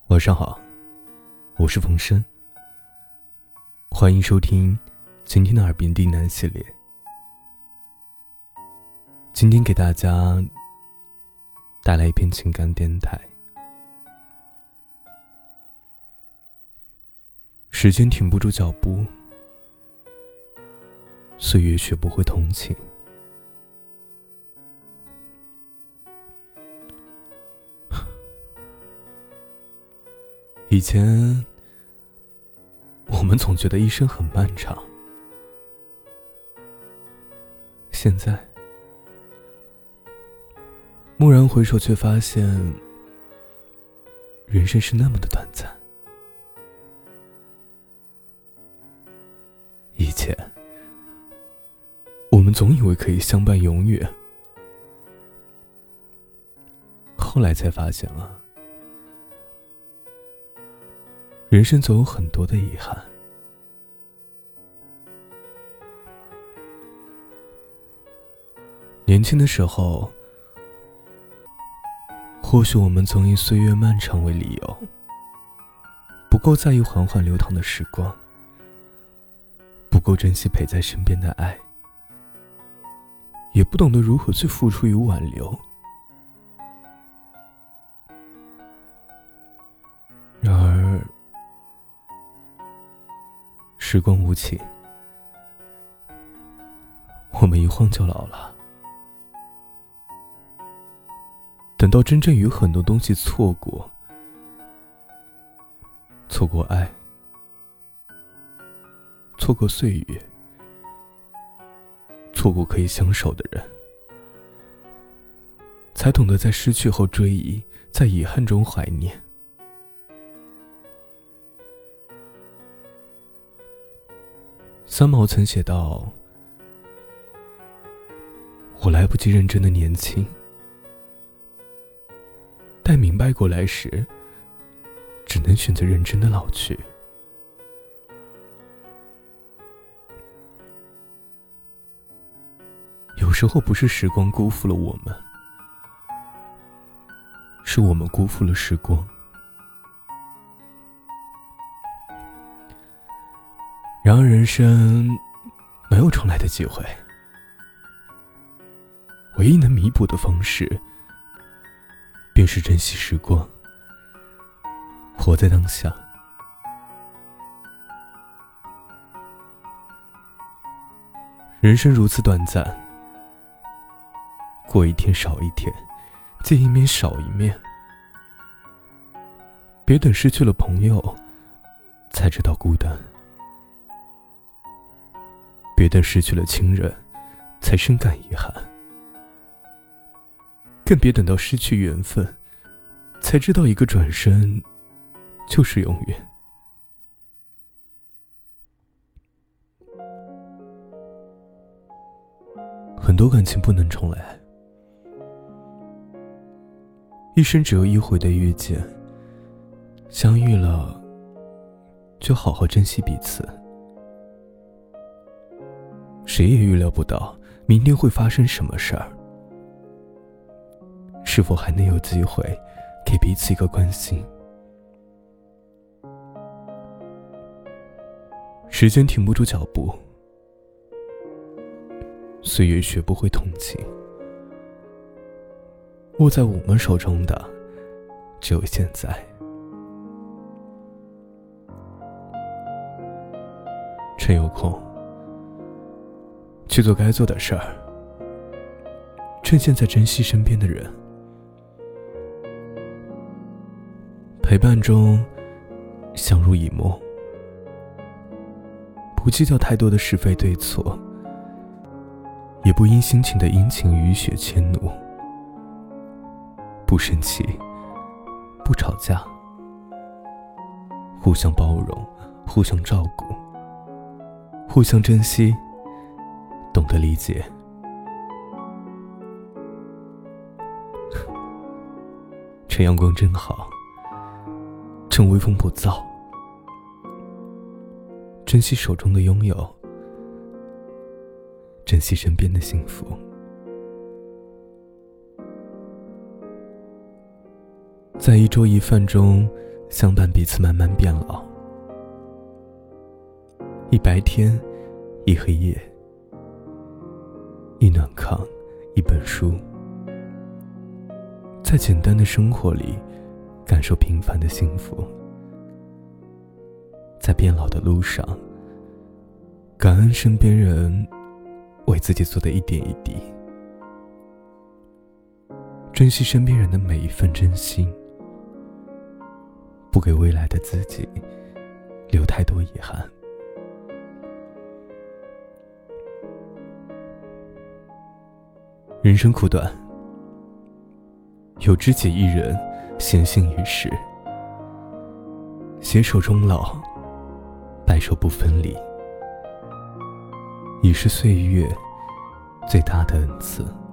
晚上好，我是冯生，欢迎收听今天的耳边低喃系列。今天给大家带来一篇情感电台。时间停不住脚步，岁月学不会同情。以前我们总觉得一生很漫长，现在蓦然回首，却发现人生是那么的短暂。以前我们总以为可以相伴永远，后来才发现人生总有很多的遗憾。年轻的时候，或许我们总以岁月漫长为理由，不够在意缓缓流淌的时光，不够珍惜陪在身边的爱，也不懂得如何去付出与挽留。然而时光无情，我们一晃就老了。等到真正与很多东西错过爱，错过岁月，错过可以相守的人，才懂得在失去后追忆，在遗憾中怀念。三毛曾写道：我来不及认真的年轻，待明白过来时，只能选择认真的老去。有时候不是时光辜负了我们，是我们辜负了时光。然而人生没有重来的机会，唯一能弥补的方式便是珍惜时光，活在当下。人生如此短暂，过一天少一天，见一面少一面。别等失去了朋友才知道孤单，别等失去了亲人才深感遗憾，更别等到失去缘分才知道一个转身就是永远。很多感情不能重来，一生只有一回的遇见，相遇了就好好珍惜彼此。谁也预料不到明天会发生什么事儿，是否还能有机会给彼此一个关心。时间停不住脚步，岁月学不会同情。握在我们手中的只有现在。趁有空去做该做的事儿，趁现在珍惜身边的人，陪伴中相濡以沫，不计较太多的是非对错，也不因心情的阴晴雨雪迁怒，不生气，不吵架，互相包容，互相照顾，互相珍惜，懂得理解。趁阳光真好，趁微风不燥，珍惜手中的拥有，珍惜身边的幸福。在一粥一饭中相伴彼此慢慢变老。一白天，一黑夜，一暖炕，一本书，在简单的生活里感受平凡的幸福，在变老的路上感恩身边人为自己做的一点一滴，珍惜身边人的每一份真心，不给未来的自己留太多遗憾。人生苦短，有知己一人，闲幸于世，携手终老，白首不分离，已是岁月最大的恩赐。